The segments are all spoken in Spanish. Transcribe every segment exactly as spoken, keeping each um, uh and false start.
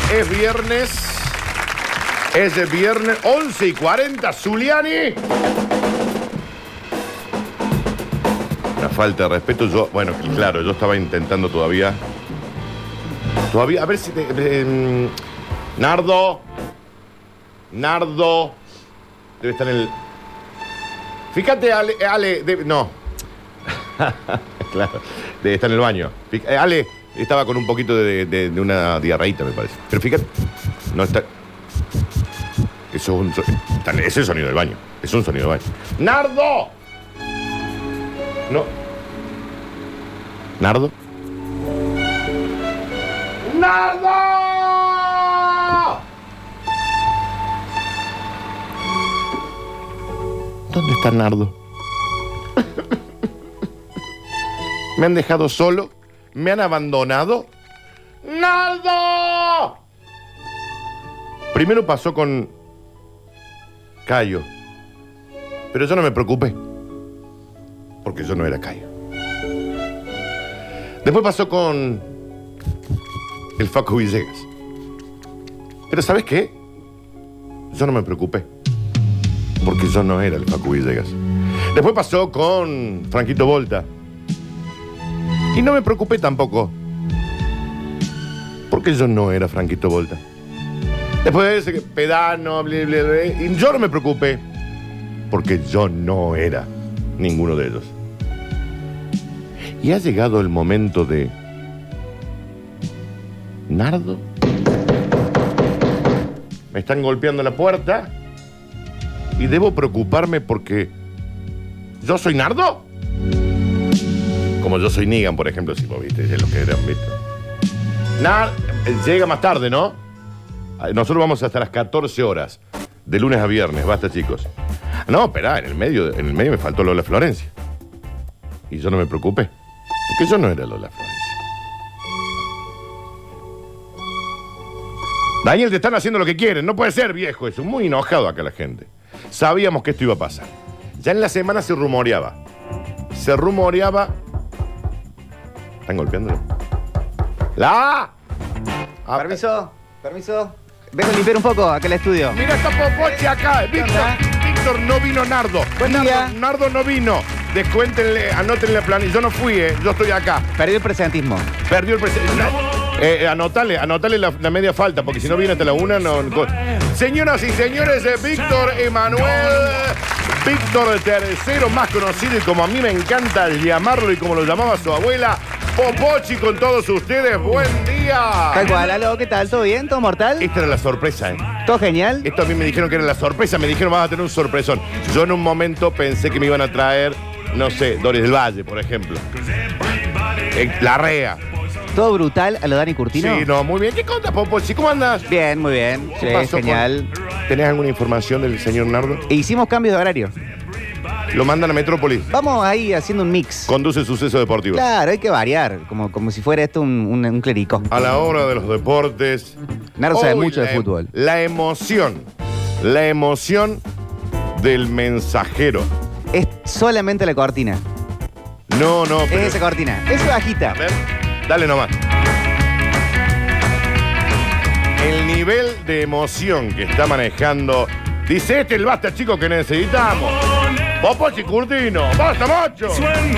Es viernes. Es viernes, once y cuarenta, Zuliani. Una falta de respeto. Yo, bueno, claro, yo estaba intentando todavía. Todavía, a ver si te. Eh, Nardo. Nardo. Debe estar en el. Fíjate, Ale. Ale debe, no. Claro, debe estar en el baño. Fíjate, Ale estaba con un poquito de, de, de una diarreíta, me parece. Pero fíjate, no está. Eso es un, ese es el sonido del baño. Es un sonido del baño. ¡Nardo! No. ¿Nardo? ¡Nardo! ¿Dónde está Nardo? Me han dejado solo. Me han abandonado. ¡Nardo! Primero pasó con Cayo. Pero yo no me preocupé. Porque yo no era Cayo. Después pasó con el Facu Villegas. Pero ¿sabes qué? Yo no me preocupé. Porque yo no era el Facu Villegas. Después pasó con Franquito Volta. Y no me preocupé tampoco. Porque yo no era Franquito Volta. Después ese pedano, bla, bla, bla, y yo no me preocupé. Porque yo no era ninguno de ellos. Y ha llegado el momento de... ¿Nardo? Me están golpeando la puerta. Y debo preocuparme porque... ¿Yo soy Nardo? Como yo soy Negan, por ejemplo, si vos viste, es lo que eran, ¿viste? Nada, llega más tarde, ¿no? Nosotros vamos hasta las catorce horas, de lunes a viernes, basta, chicos. No, espera, en el medio, en el medio me faltó Lola Florencia. Y yo no me preocupé, porque yo no era Lola Florencia. Daniel, te están haciendo lo que quieren, no puede ser, viejo, eso. Muy enojado acá la gente. Sabíamos que esto iba a pasar. Ya en la semana se rumoreaba. Se rumoreaba... ¿Están golpeándolo? ¡La! Ah, Permiso, permiso. Vengo a limpiar un poco acá el estudio. Mira, está Popochi acá. Víctor, Víctor, no vino Nardo. Buen Nardo, día. Nardo no vino. Descuéntenle, anótenle la planilla. Yo no fui, eh. Yo estoy acá. Perdió el presentismo. Perdió el presidente. Eh, anotale, anotale la, la media falta, porque si no viene hasta la una, no. no. Señoras y señores, eh, Víctor Emanuel, Víctor tercero, más conocido y como a mí me encanta llamarlo y como lo llamaba su abuela, Popochi con todos ustedes. Buen día. Tal cual, aló, ¿qué tal? ¿Todo bien? ¿Todo mortal? Esta era la sorpresa, ¿eh? ¿Todo genial? Esto a mí me dijeron que era la sorpresa, me dijeron vas a tener un sorpresón. Yo en un momento pensé que me iban a traer, no sé, Doris del Valle, por ejemplo. Eh, La Rea. ¿Todo brutal a lo Dani Curtino? Sí, no, muy bien. ¿Qué contas, Popochi? ¿Cómo andas? Bien, muy bien. ¿Qué Sí, pasó genial. con- ¿Tenés alguna información del señor Nardo? E hicimos cambios de horario. Lo mandan a Metrópolis. Vamos ahí haciendo un mix. Conduce Suceso Deportivo. Claro, hay que variar, como, como si fuera esto un, un, un clérigo. A la hora de los deportes. Nardo sabe Hoy mucho de la- fútbol. La emoción. La emoción del mensajero. Es solamente la cortina. No, no, pero... Es esa cortina. Es bajita. A ver, dale nomás. El nivel de emoción que está manejando. Dice este el basta, chicos, que necesitamos. Popochi Curtino, basta, macho.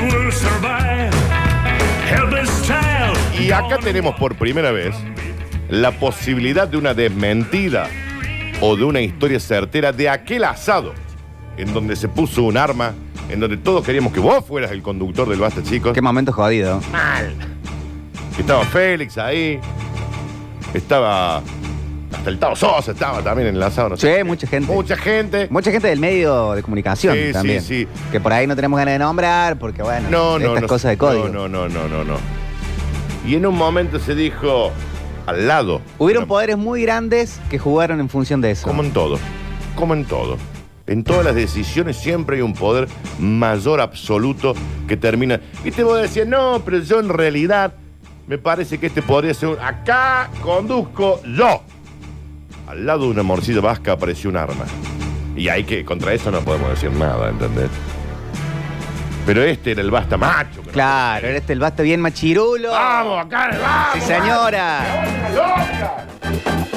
Y acá tenemos por primera vez la posibilidad de una desmentida o de una historia certera de aquel asado en donde se puso un arma, en donde todos queríamos que vos fueras el conductor del basta, chicos. Qué momento jodido. Mal. Estaba Félix ahí. Estaba... Hasta el Tao Sosa estaba también enlazado. No sé. Sí, mucha gente. Mucha gente. Mucha gente del medio de comunicación Sí, también. sí, sí. Que por ahí no tenemos ganas de nombrar, porque bueno, No, no, estas no. cosas de código. No, no, no, no, no. Y en un momento se dijo, al lado. Hubieron Una- poderes muy grandes que jugaron en función de eso. Como en todo. Como en todo. En todas las decisiones siempre hay un poder mayor absoluto que termina. Viste, vos decías, no, pero yo en realidad me parece que este podría ser un... Acá conduzco yo. Al lado de una morcilla vasca apareció un arma. Y hay que, contra eso no podemos decir nada, ¿entendés? Pero este era el basta macho. que Claro, era este el basta bien machirulo. no- ¡Vamos, acá! ¡Vamos! Sí, señora. ¡Loca!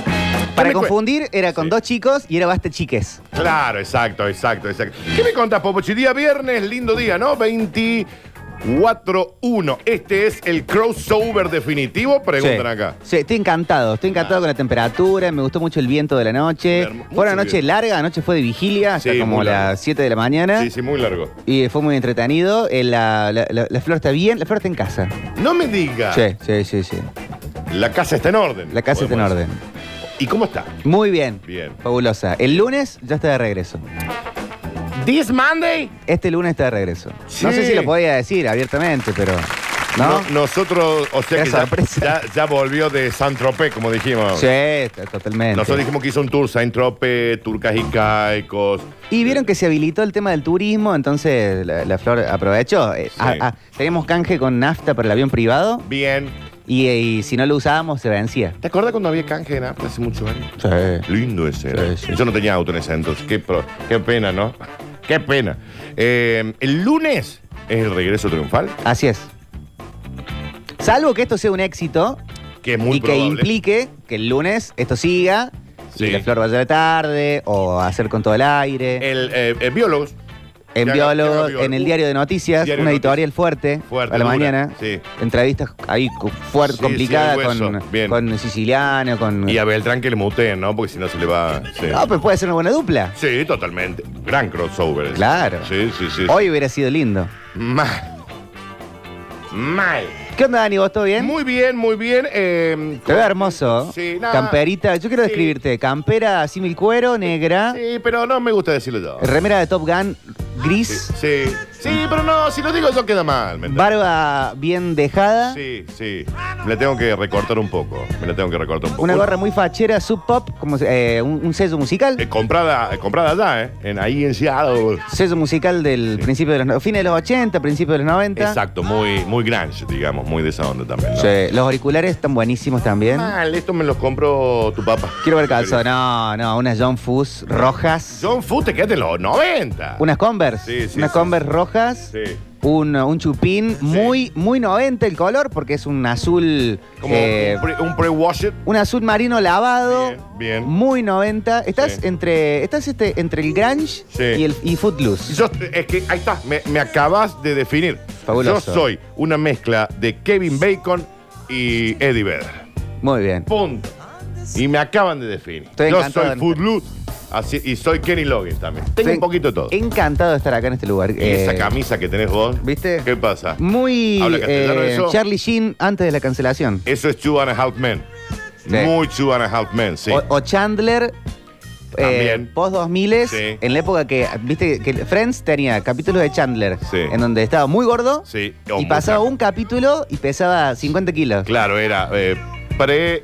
Para me cuen- confundir, era con Sí. dos chicos y era basta chiques. Claro, exacto, exacto, exacto. ¿Qué me contás, Popochi? Día viernes, lindo día, ¿no? veinticuatro uno. ¿Este es el crossover definitivo? Preguntan Sí. acá. Sí, estoy encantado. Estoy encantado Ah. con la temperatura. Me gustó mucho el viento de la noche. Hermo- Fue una mucho noche viento. larga. Anoche fue de vigilia hasta Sí, como muy largo. las siete de la mañana. Sí, sí, muy largo. Y fue muy entretenido. Eh, la, la- la- la flor está bien. La flor está en casa. No me diga. Sí, sí, sí, sí. La casa está en orden. La casa está en podemos orden. decir. ¿Y cómo está? Muy bien. Bien. Fabulosa. El lunes ya está de regreso. This Monday. Este lunes está de regreso. No Sí. sé si lo podía decir abiertamente, pero. ¿No? No- nosotros, o sea Qué que ya, sorpresa. ya- ya volvió de Saint-Tropez, como dijimos. Sí, está totalmente. Nosotros dijimos que hizo un tour Saint-Tropez, Turcas y Caicos. Y vieron que se habilitó el tema del turismo, entonces la, la Flor aprovechó. Eh, Sí. ah, ah, teníamos canje con nafta para el avión privado Bien. y, y si no lo usábamos se vencía. ¿Te acuerdas cuando había canje de nafta hace muchos años? Sí. Lindo ese era. Sí, sí. Yo no tenía auto en ese entonces. Qué, pro- qué pena, ¿no? Qué pena. Eh, el lunes es el regreso triunfal, Así es. Salvo que esto sea un éxito que es muy y que probable. implique que el lunes esto siga Sí. y la Flor vaya de tarde o hacer con todo el aire. El, eh, eh, biólogos. En que haga- biólogos, que haga biólogo. en el diario de noticias, Diario una de editorial fuerte, Fuerte, a la dura, mañana. sí. Entrevistas ahí cu- fuerte, Sí, complicada sí, el hueso, con, bien. con Siciliano, con. Y a Beltrán que le muteen, ¿no? Porque si no se le va. Sí, No, pero puede ser una buena dupla. Sí, totalmente. Gran crossover. ese. Claro. Sí, sí, sí. Hoy hubiera sido lindo. Mal. Mal. ¿Qué onda, Dani? ¿Vos todo bien? Muy bien, muy bien. eh, Te veo hermoso. Sí, nada. Camperita. Yo quiero Sí. describirte. Campera símil cuero, negra. Sí, pero no me gusta decirlo yo. Remera de Top Gun, gris. Sí, sí, pero no, si lo digo yo queda mal. ¿me entiendes? Barba bien dejada. Sí, sí. Me la tengo que recortar un poco. Me la tengo que recortar un poco. Una gorra muy fachera, sub pop, como eh, un, un sello musical. Eh, comprada, eh, comprada allá, ¿eh? En, ahí en Seattle. Sello musical del Sí. principio de los no- fines de los ochenta, principio de los noventa. Exacto, muy, muy grunge, digamos, muy de esa onda también, ¿no? Sí, los auriculares están buenísimos también. Mal, esto me los compró tu papá. Quiero ver calzón. No, no, unas John Fuss rojas. John Fu, te quedaste en los noventa. Unas Converse. Sí, sí, unas sí, Converse sí. rojas. Sí. Un, un chupín muy, muy noventa el color, porque es un azul. Como eh, un pre- un pre-washed. un azul marino lavado. Bien, bien. Muy noventa. Estás Sí. entre. Estás este, entre el grunge Sí. y el y Footloose. Yo, es que ahí está, me, me acabas de definir. Fabuloso. Yo soy una mezcla de Kevin Bacon y Eddie Vedder. Muy bien. Punto. Y me acaban de definir. Estoy Yo encantado soy de- Footloose así, y soy Kenny Loggins también. Tengo Estoy un poquito de todo. Encantado de estar acá en este lugar. Y esa Eh, camisa que tenés vos. ¿Viste? ¿Qué pasa? Muy ¿Habla castellano eh, eso? Charlie Sheen antes de la cancelación. Eso es Two and a Half Men. Sí. Muy Two and a Half Men, sí. O, o Chandler. También. post dos mil, Sí. en la época que, viste, que Friends tenía capítulos de Chandler, Sí. en donde estaba muy gordo Sí, o y muy pasaba flaco. un capítulo y pesaba cincuenta kilos. Claro, era eh, pre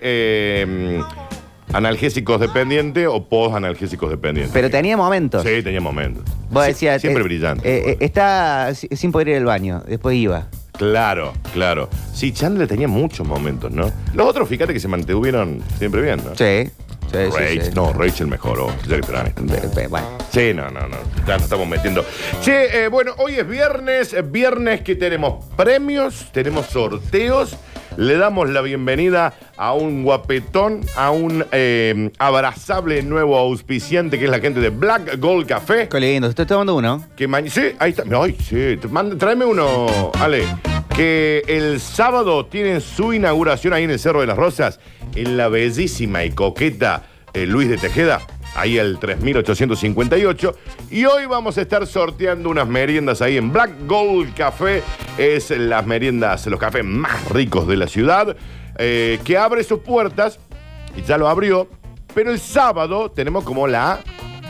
eh, analgésicos dependiente o post analgésicos dependiente. Pero tenía momentos. Sí, tenía momentos. Vos Sí, decías. siempre eh, brillante. eh, eh, está si- sin poder ir al baño, después iba. Claro, claro. Sí, Chandler tenía muchos momentos, ¿no? Los otros, fíjate que se mantuvieron siempre bien, ¿no? Sí, sí, sí, Rachel, sí. no, Rachel mejoró. Jennifer Aniston. Be- be- bueno. Sí, no, no, no. Ya nos estamos metiendo. Che, eh, bueno, hoy es viernes. eh, Viernes que tenemos premios, tenemos sorteos. Le damos la bienvenida a un guapetón, a un eh, abrazable nuevo auspiciante que es la gente de Black Gold Café. Qué lindo, estoy tomando uno. Que ma- sí, ahí está. Ay, sí. te manda- tráeme uno, Ale. Que el sábado tienen su inauguración ahí en el Cerro de las Rosas, en la bellísima y coqueta eh, Luis de Tejeda, ahí el tres mil ochocientos cincuenta y ocho. Y hoy vamos a estar sorteando unas meriendas ahí en Black Gold Café. Es las meriendas, los cafés más ricos de la ciudad, eh, que abre sus puertas, y ya lo abrió, pero el sábado tenemos como la...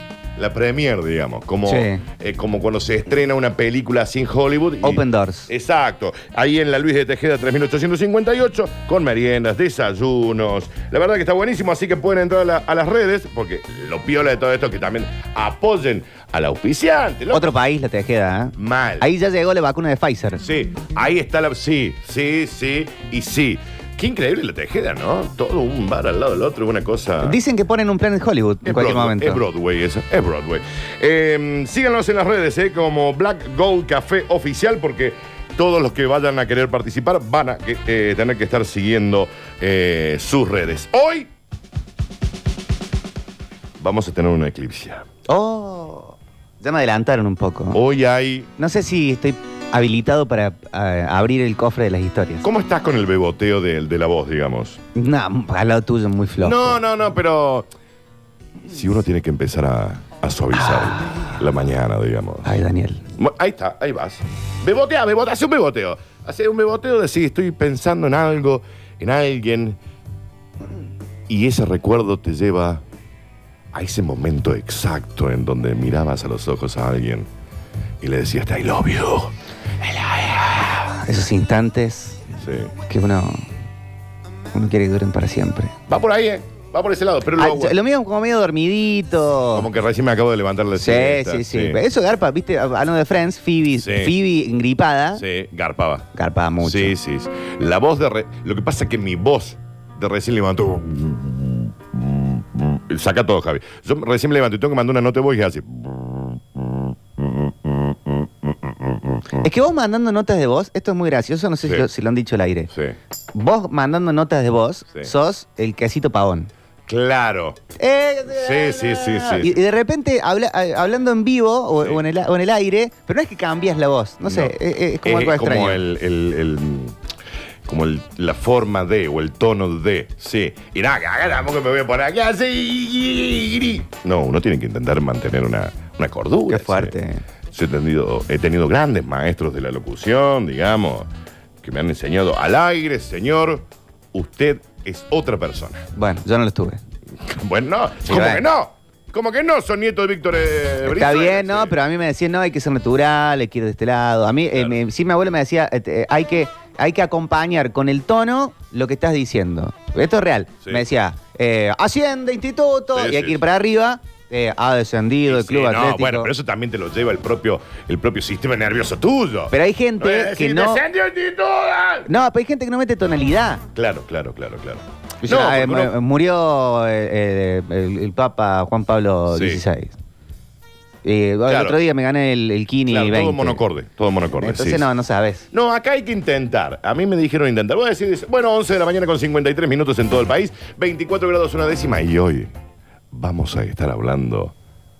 La premier, digamos, como, Sí. eh, como cuando se estrena una película así en Hollywood. y- Open Doors. Exacto. Ahí en la Luis de Tejeda tres mil ochocientos cincuenta y ocho, con meriendas, desayunos. La verdad que está buenísimo, así que pueden entrar a, la- a las redes, porque lo piola de todo esto es que también apoyen al auspiciante. loco. Otro país, la Tejeda, ¿eh? Mal. Ahí ya llegó la vacuna de Pfizer. Sí, ahí está la... Sí, sí, sí y sí. Qué increíble la Tejeda, ¿no? Todo un bar al lado del otro, una cosa... Dicen que ponen un plan en Hollywood en Es cualquier Broadway, momento. es Broadway eso, es Broadway. Eh, síganos en las redes, eh, como Black Gold Café Oficial, porque todos los que vayan a querer participar van a eh, tener que estar siguiendo eh, sus redes. Hoy vamos a tener una eclipse. Oh, ya me adelantaron un poco. Hoy hay... No sé si estoy habilitado para eh, abrir el cofre de las historias. ¿Cómo estás con el beboteo de, de la voz, digamos? No, al lado tuyo muy flojo. No, no, no, pero... Si uno tiene que empezar a, a suavizar Ah. la mañana, digamos. Ay, Daniel. Bueno, ahí está, ahí vas. Bebotea, bebotea, hace un beboteo. Hace un beboteo de sí, estoy pensando en algo, en alguien. Y ese recuerdo te lleva a ese momento exacto en donde mirabas a los ojos a alguien y le decías, I love you. Esos instantes Sí. que uno, uno quiere que duren para siempre. Va por ahí, ¿eh? Va por ese lado. Pero Ah, luego, yo- lo mío como medio dormidito. como que recién me acabo de levantar la Sí, siesta. sí, sí, Eso garpa, viste, hablando de Friends, Phoebe, Sí. Phoebe engripada, Sí, garpaba. garpaba mucho. Sí, sí. sí. La voz de... Re- Lo que pasa es que mi voz de recién levantó... Saca todo, Javi. Yo recién me levanto y tengo que mandar una nota de voz y es así. Es que vos mandando notas de voz, esto es muy gracioso, no sé Sí. si, lo, si lo han dicho al aire. Sí. Vos mandando notas de voz, Sí. sos el quesito pavón. Claro. Eh, Sí, sí, sí, sí. Y, y de repente, habla- eh, hablando en vivo o, Sí. o en el, o en el aire, pero no es que cambias la voz, no sé, No. eh, eh, es, como algo Es extraño. como el, el- el- como el- la forma de o el tono de, sí. Y nada, acá tampoco me voy a poner aquí así. No, uno tiene que intentar mantener una, una cordura. Qué fuerte. Sí. Yo he tenido, he tenido grandes maestros de la locución, digamos, que me han enseñado al aire, señor, usted es otra persona. Bueno, yo no lo estuve. Bueno, no, Sí, ¿cómo bueno. que no? ¿Cómo que no? Son nietos de Víctor eh, Está Brizuela, bien, ¿no? sí. Pero a mí me decían, no, hay que ser natural, hay que ir de este lado. A mí, eh, Claro. me- sí, mi abuelo me decía, eh, eh, hay, que, hay que acompañar con el tono lo que estás diciendo. Esto es real. Sí. Me decía, eh, asciende instituto, Sí, y hay sí, que ir sí. para arriba, eh, ha descendido el Sí, club no, atlético. bueno, pero eso también te lo lleva el propio, el propio sistema nervioso tuyo. Pero hay gente Eh, que si no... descendió altitudes. No, pero hay gente que no mete tonalidad. Claro, claro, claro, claro. No, No, eh, porque uno- murió eh, eh, el, el Papa Juan Pablo Sí. dieciséis. Eh, El Claro. otro día me gané el, el Kini claro, veinte. todo monocorde, todo monocorde. Entonces sí, no, sí. no sabes. No, acá hay que intentar. A mí me dijeron intentar. Voy a decir, bueno, once de la mañana con cincuenta y tres minutos en todo el país, veinticuatro grados una décima. Y hoy vamos a estar hablando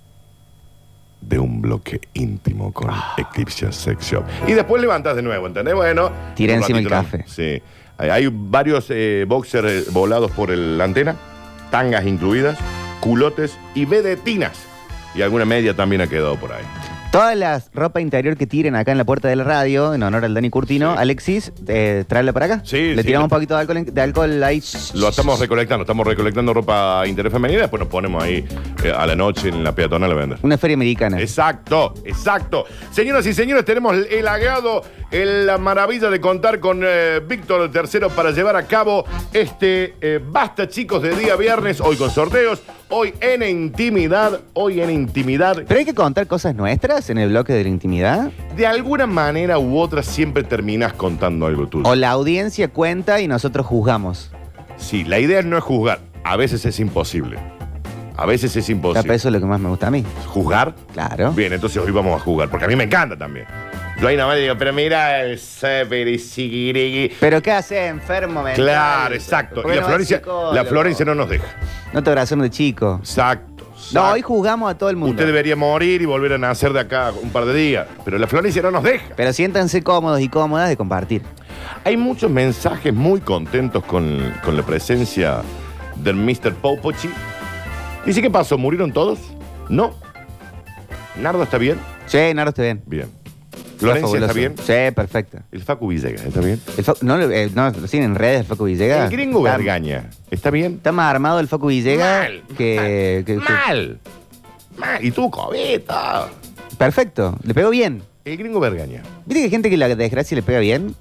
de un bloque íntimo con Eclipse Sex Shop. Y después levantas de nuevo, ¿entendés? Bueno. Tira un encima el ratito, café. Sí. Hay, hay varios eh, boxers eh, volados por el- la antena, tangas incluidas, culotes y vedetinas. Y alguna media también ha quedado por ahí. Todas las ropa interior que tiren acá en la puerta de la radio, en honor al Dani Curtino, Sí. Alexis, eh, tráela para acá. Sí, Le sí, tiramos lo- un poquito de alcohol, en- de alcohol ahí. Lo estamos recolectando, estamos recolectando ropa interior femenina, después nos ponemos ahí eh, a la noche en la peatonal a vender. Una feria americana. Exacto, exacto. Señoras y señores, tenemos el agrado, el- la maravilla de contar con eh, Víctor tercero para llevar a cabo este eh, Basta, chicos, de día viernes, hoy con sorteos, hoy en intimidad, hoy en intimidad. Pero hay que contar cosas nuestras en el bloque de la intimidad. De alguna manera u otra siempre terminas contando algo tuyo. O la audiencia cuenta y nosotros juzgamos. Sí, la idea no es juzgar, a veces es imposible. A veces es Ya, pero imposible. eso es lo que más me gusta a mí. ¿Juzgar? Claro. Bien, entonces hoy vamos a jugar, porque a mí me encanta también. Yo ahí nada más digo, pero mira el seperisiquirigui. Pero ¿qué hace enfermo mental? Claro, exacto. ¿Por Y qué la no Florencia, vas al psicólogo? la Florencia no nos deja. No te abrazamos de chico. Exacto. No, exacto. hoy juzgamos a todo el mundo. Usted debería morir y volver a nacer de acá un par de días. Pero la Florencia no nos deja. Pero siéntanse cómodos y cómodas de compartir. Hay muchos mensajes muy contentos con, con la presencia del mister Popochi. Dice, ¿qué pasó? ¿Murieron todos? No. ¿Nardo está bien? Sí, Naro, está bien. Bien. ¿Florencia está Fabuloso. bien? Sí, perfecto. ¿El Facu Villegas está bien? El Fa- no, lo- eh, no, lo siguen en redes el Facu Villegas. El gringo Está- Vergaña. ¿Está bien? Está más armado el Facu Villegas Mal, que, que- que- Mal. Mal. Y tú, cobeta. Perfecto, le pegó bien. El gringo Vergaña. ¿Viste que hay gente que la desgracia le pega bien?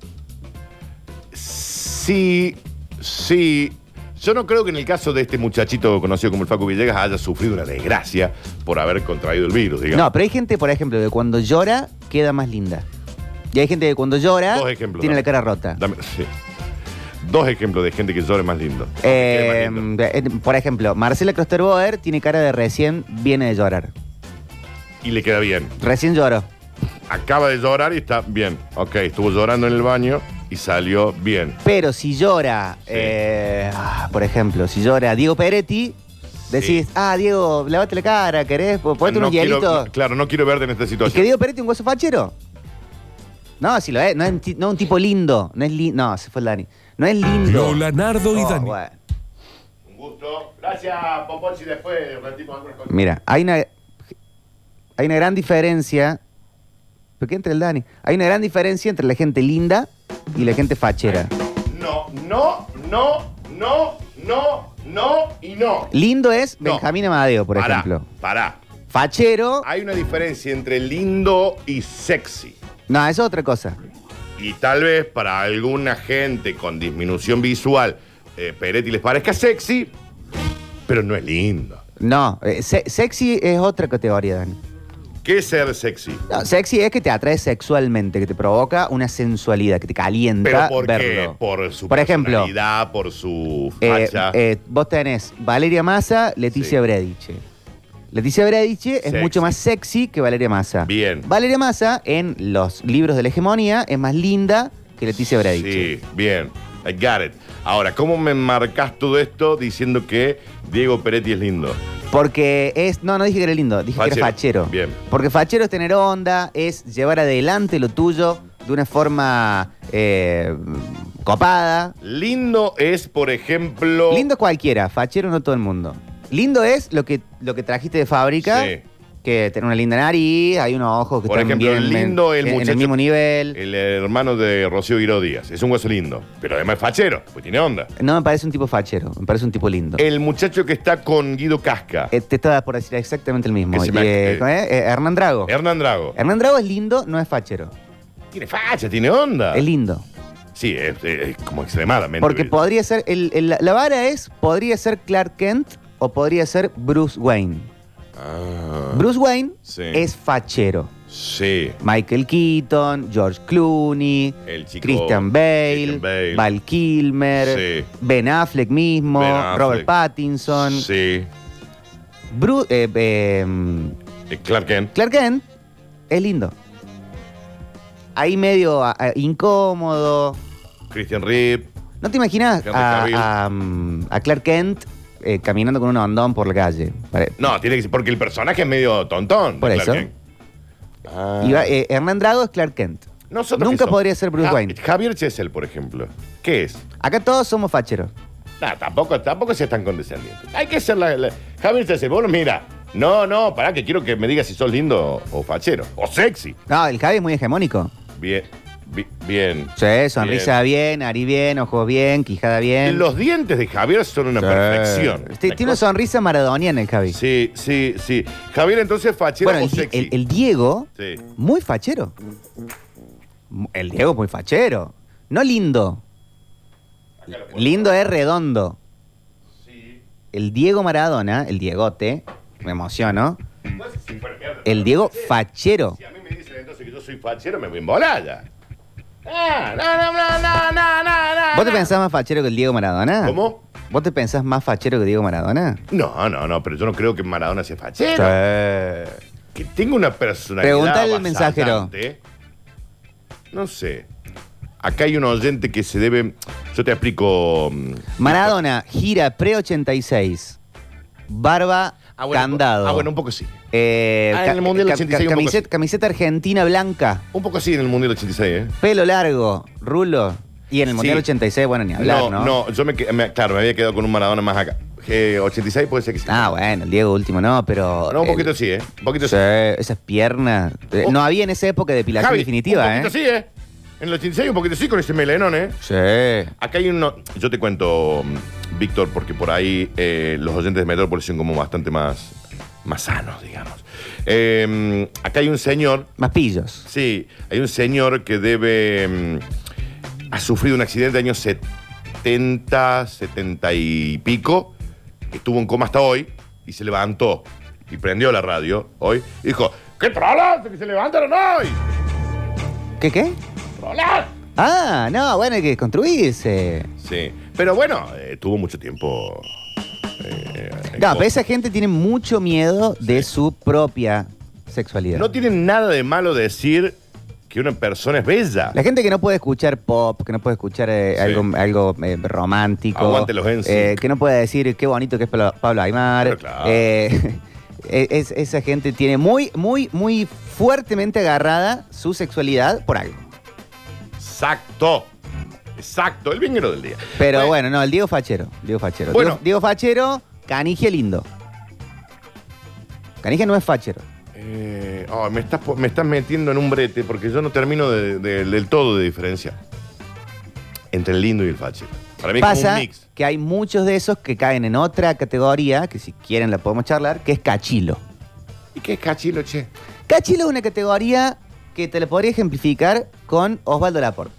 Sí, sí. Yo no creo que en el caso de este muchachito conocido como el Facu Villegas haya sufrido una desgracia por haber contraído el virus, digamos. No, pero hay gente, por ejemplo, que cuando llora queda más linda. Y hay gente que cuando llora Dos ejemplos, tiene dame. la cara rota. Dame- sí. Dos ejemplos de gente que llore más lindo. Eh, Que más lindo. eh, por ejemplo, Marcela Klosterboer tiene cara de recién viene de llorar. Y le queda bien. Recién lloró. Acaba de llorar y está bien. Ok, estuvo llorando en el baño y salió bien. Pero si llora, Sí. eh, ah, por ejemplo, si llora Diego Peretti, Decís, Sí. ah, Diego, lavate la cara, ¿querés? Ponete No unos quiero- hielitos. claro, no quiero verte en esta ¿Y que situación. Diego Peretti un hueso fachero? No, si lo es, no es un ti- no es un tipo lindo. No es li- No, se fue el Dani. No es lindo. Lola, Nardo y Oh, Dani. bueno. Un gusto. Gracias, Popochi. Después repetimos algunas cosas. Mira, hay una, hay una gran diferencia. ¿Por qué entra el Dani? Hay una gran diferencia entre la gente linda y la gente fachera. No, no, no, no, no, no y no. Lindo es No. Benjamín Amadeo, por Pará, ejemplo. Pará. Fachero, Hay una diferencia entre lindo y sexy. no, eso es otra cosa. Y tal vez para alguna gente con disminución visual, eh, Peretti les parezca sexy, pero no es lindo. No, eh, se- sexy es otra categoría, Dani. ¿Qué es ser sexy? No, sexy es que te atrae sexualmente, que te provoca una sensualidad, que te calienta ¿Pero por qué? verlo. Por su Por ejemplo, personalidad, por su Eh, facha. eh, vos tenés Valeria Massa, Leticia Sí. Brediche. Leticia Brediche es Sexy. mucho más sexy que Valeria Massa. Bien. Valeria Massa, en los libros de la hegemonía, es más linda que Leticia Brediche. Sí, bien. I got it. Ahora, ¿cómo me marcas todo esto diciendo que Diego Peretti es lindo? Porque es. No, no dije que era lindo, dije que era Fachero. fachero. Bien. Porque fachero es tener onda, es llevar adelante lo tuyo de una forma eh, copada. Lindo es, por ejemplo. Lindo cualquiera, fachero no todo el mundo. Lindo es lo que, lo que trajiste de fábrica, Sí. que tiene una linda nariz, hay unos ojos que Por están ejemplo, bien lindo el en, en muchacho- el mismo nivel. El hermano de Rocío Guiró Díaz. Es un hueso lindo. Pero además es fachero, pues tiene onda. No me parece un tipo fachero, me parece un tipo lindo. El muchacho que está con Guido Casca. Eh, te estaba por decir exactamente el mismo. Que se Y, me- eh, eh, ¿cómo es? Eh, Hernán Drago. Hernán Drago. Hernán Drago es lindo, no es fachero. Tiene facha, tiene onda. Es lindo. Sí, es, es como extremadamente. Porque lindo. podría ser, el- el- la vara es, podría ser Clark Kent o podría ser Bruce Wayne. Ah, Bruce Wayne sí. es fachero. Sí. Michael Keaton, George Clooney, El chico- Christian Bale, Christian Bale. Val Kilmer, Sí. Ben Affleck mismo, Ben Affleck. Robert Pattinson. Sí. Bru- eh, eh, Eh, Clark Kent. Clark Kent es lindo. Ahí medio a- a- incómodo. Christian Reeve. ¿No te imaginas Henry Cavill. a, a, mm, a Clark Kent eh, caminando con un hondón por la calle? Pare- No, tiene que ser porque el personaje es medio tontón. de Por Clark eso. Kent. Ah. Y va- eh, Hernán Drago es Clark Kent. Nosotros Nunca que somos. podría ser Bruce Ja- Wayne. Javier Chesel, por ejemplo. ¿Qué es? Acá todos somos facheros. No, tampoco, tampoco seas tan condescendiente. Hay que ser la, la- Javier Chesel, vos mira. No, no, pará, que quiero que me digas si sos lindo o fachero. O sexy. No, el Javi es muy hegemónico. Bien, bi- bien. Sí, sonrisa bien, nariz bien, ojos bien, quijada bien. Los dientes de Javier son una Sí. perfección. T- Tiene una sonrisa maradoniana el Javi. Sí, sí, sí. Javier entonces fachero Bueno, o el, Di- sexy. el- el Diego, Sí. muy fachero. El Diego muy fachero. No lindo. Acá lo puedo- Lindo es redondo. Sí. El Diego Maradona, el Diegote, me emociono. No sé si fuera mierda. El Diego fachero. Si a mí me dicen entonces que yo soy fachero, me voy en bolada. Ah, no, no, no, no, no, no, no. ¿Vos te pensás más fachero que el Diego Maradona? ¿Cómo? ¿Vos te pensás más fachero que Diego Maradona? No, no, no, pero yo no creo que Maradona sea fachero. Que tenga una personalidad. Preguntale al mensajero. avasallante. No sé. Acá hay un oyente que se debe. Yo te explico. mm, Maradona, gira pre-ochenta y seis. Barba, Ah, bueno, candado. Ah, bueno, un poco sí. Eh, Ah, en el ca- Mundial ca- ochenta y seis un poco camiseta, sí. camiseta argentina blanca, Un poco sí en el Mundial ochenta y seis, ¿eh? pelo largo, rulo. Y en el Mundial Sí. ochenta y seis, bueno, ni hablar, ¿no? no, no, yo me, que- me- claro, me había quedado con un Maradona más acá. Eh, ochenta y seis puede ser que sí. Ah, bueno, el Diego último no, pero... No, un el- poquito sí, ¿eh? Un poquito sí. sí, esas piernas. eh, Oh. No había en esa época depilación Javi, definitiva, un ¿eh? poquito sí, ¿eh? En el ochenta y seis un poquito sí con ese melenón, ¿eh? Sí. Acá hay uno. Yo te cuento, mm, Víctor, porque por ahí eh, los oyentes de Metrópolis son como bastante más, más sanos, digamos. Eh, acá hay un señor, Más pillos. sí, hay un señor que debe. mm, ha sufrido un accidente de años setenta, setenta y pico. Estuvo en coma hasta hoy y se levantó y prendió la radio hoy y dijo: ¿Qué trolas? ¿Que se levantaron hoy? ¿Qué, qué? ¡Trolas! Ah, no, bueno, hay que construirse. Sí, pero bueno, eh, tuvo mucho tiempo. eh, en No, coma. pero esa gente tiene mucho miedo de su propia sexualidad. No tiene nada de malo decir que una persona es bella. La gente que no puede escuchar pop, que no puede escuchar eh, Sí. algo, algo eh, romántico. Aguante los N Sync. eh, Que no puede decir qué bonito que es Pablo, Pablo Aimar. Pero claro. eh, es- esa gente tiene muy, muy, muy fuertemente agarrada su sexualidad por algo. Exacto. Exacto. El vinguero del día. Pero bueno, no, el Diego Fachero. Diego Fachero. Bueno. Diego, Diego Fachero, Canigia lindo. Canigia no es Fachero. Eh, oh, me, estás, po- me estás metiendo en un brete porque yo no termino de- de- del todo de diferenciar entre el lindo y el fachero. Para mí es como Pasa un mix. que hay muchos de esos que caen en otra categoría, que si quieren la podemos charlar, que es cachilo. ¿Y qué es cachilo, che? Cachilo es una categoría que te la podría ejemplificar con Osvaldo Laporte.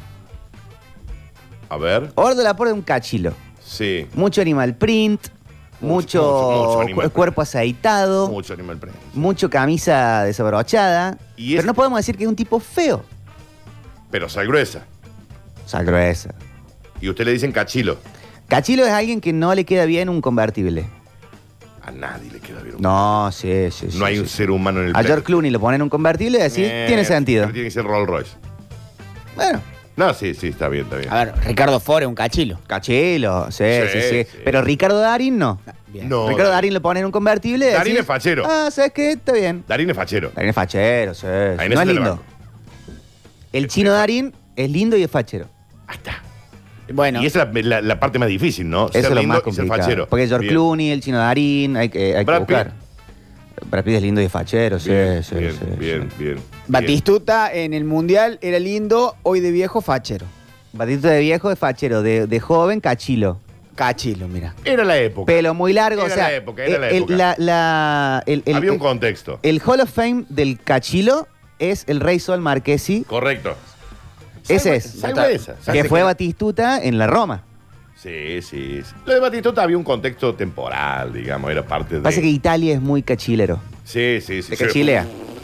A ver. Osvaldo Laporte es un cachilo. Sí. Mucho animal print, Mucho, mucho, mucho, mucho animal cu- print. cuerpo aceitado, mucho, Mucho animal print. camisa desabrochada. Y pero es- no podemos decir que es un tipo feo. Pero sal gruesa. Sal gruesa. Y usted le dicen cachilo. Cachilo es alguien que no le queda bien un convertible. A nadie le queda bien. un- No, sí, sí, sí. No hay sí, un sí. ser humano en el A George Clooney lo ponen en un convertible y decir, Eh, tiene sentido. pero tiene que ser Rolls Royce. Bueno, No, sí, sí, está bien, está bien. A ver, Ricardo Fore, un cachilo. cachilo, sí, sí, Sí, sí. sí. Pero Ricardo Darín no. Bien. No. Ricardo Darín lo ponen en un convertible y Darín decís, es fachero. Ah, ¿sabes qué? Está bien. Darín es fachero. Darín es fachero, sí. Ahí No no es se le lindo. banco. El chino Darín es lindo y es fachero. Ahí está. Bueno, Y esa es la, la- la parte más difícil, ¿no? Eso es lo lindo más y ser complicado. fachero. Porque George Bien. Clooney, el chino Darín, hay que, hay que Brad buscar. Brad Pitt es lindo y es fachero, sí, Bien, sí, bien, sí, bien, sí. bien. Batistuta en el Mundial era lindo, hoy de viejo fachero. Batito de viejo es fachero, de, de joven cachilo. Cachilo, mira. Bien. Era la época. Pelo muy largo, Era o sea. la época, era la el- época. la- la- el- el- Había un el- contexto. El Hall of Fame del cachilo es el Rey Sol Marquesi, Correcto. Ese Salva- es. salva esa. que ¿Sabes fue qué? Batistuta en la Roma. Sí, sí, sí. Lo de Batistuta había un contexto temporal, digamos, era parte de... Pasa que Italia es muy cachilero. Sí, sí, sí. De sí. cachilea.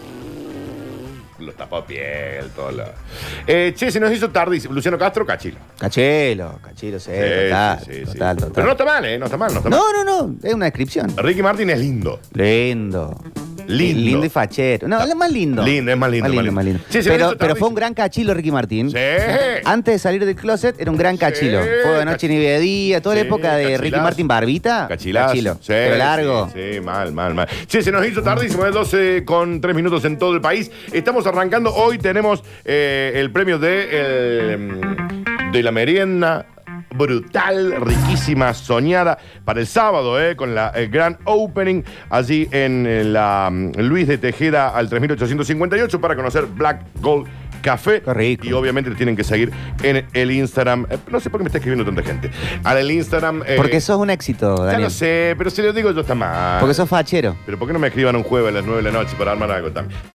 Los tapapiel, todo lo... Eh, che, se nos hizo tardísimo. Luciano Castro, cachilo. Cachilo, cachilo, sí, Sí, total, sí, sí, sí. total, total. Pero no está mal, ¿eh? No está mal, no está mal. No, no, no, es una descripción. Ricky Martin es lindo. Lindo. Lindo. Lindo y fachero. No, es más lindo. Lindo, es más lindo, Más lindo, más más lindo. lindo. Sí, se lo pero, hizo pero fue tardísimo. un gran cachilo Ricky Martín. Sí. Antes de salir del closet era un gran cachilo. Sí, Fuego de noche cachilo. ni de día, toda la Sí, época de cachilazo. Ricky Martin Barbita. Cachilazo. Cachilo. Sí, pero largo. Sí, sí, mal, mal, mal. Che, se nos hizo tardísimo, es doce con tres minutos en todo el país. Estamos arrancando. Hoy tenemos eh, el premio de, el, de la merienda brutal, riquísima, soñada para el sábado, eh, con la el gran opening allí en eh, la mm, Luis de Tejeda al tres mil ochocientos cincuenta y ocho para conocer Black Gold Café. Qué rico. Y obviamente te tienen que seguir en el Instagram. Eh, no sé por qué me está escribiendo tanta gente. Al el Instagram. eh, Porque sos un éxito, ya Daniel. lo sé, pero si lo digo yo está mal. Porque sos fachero. Pero ¿por qué no me escriban un jueves a las nueve de la noche para armar algo también?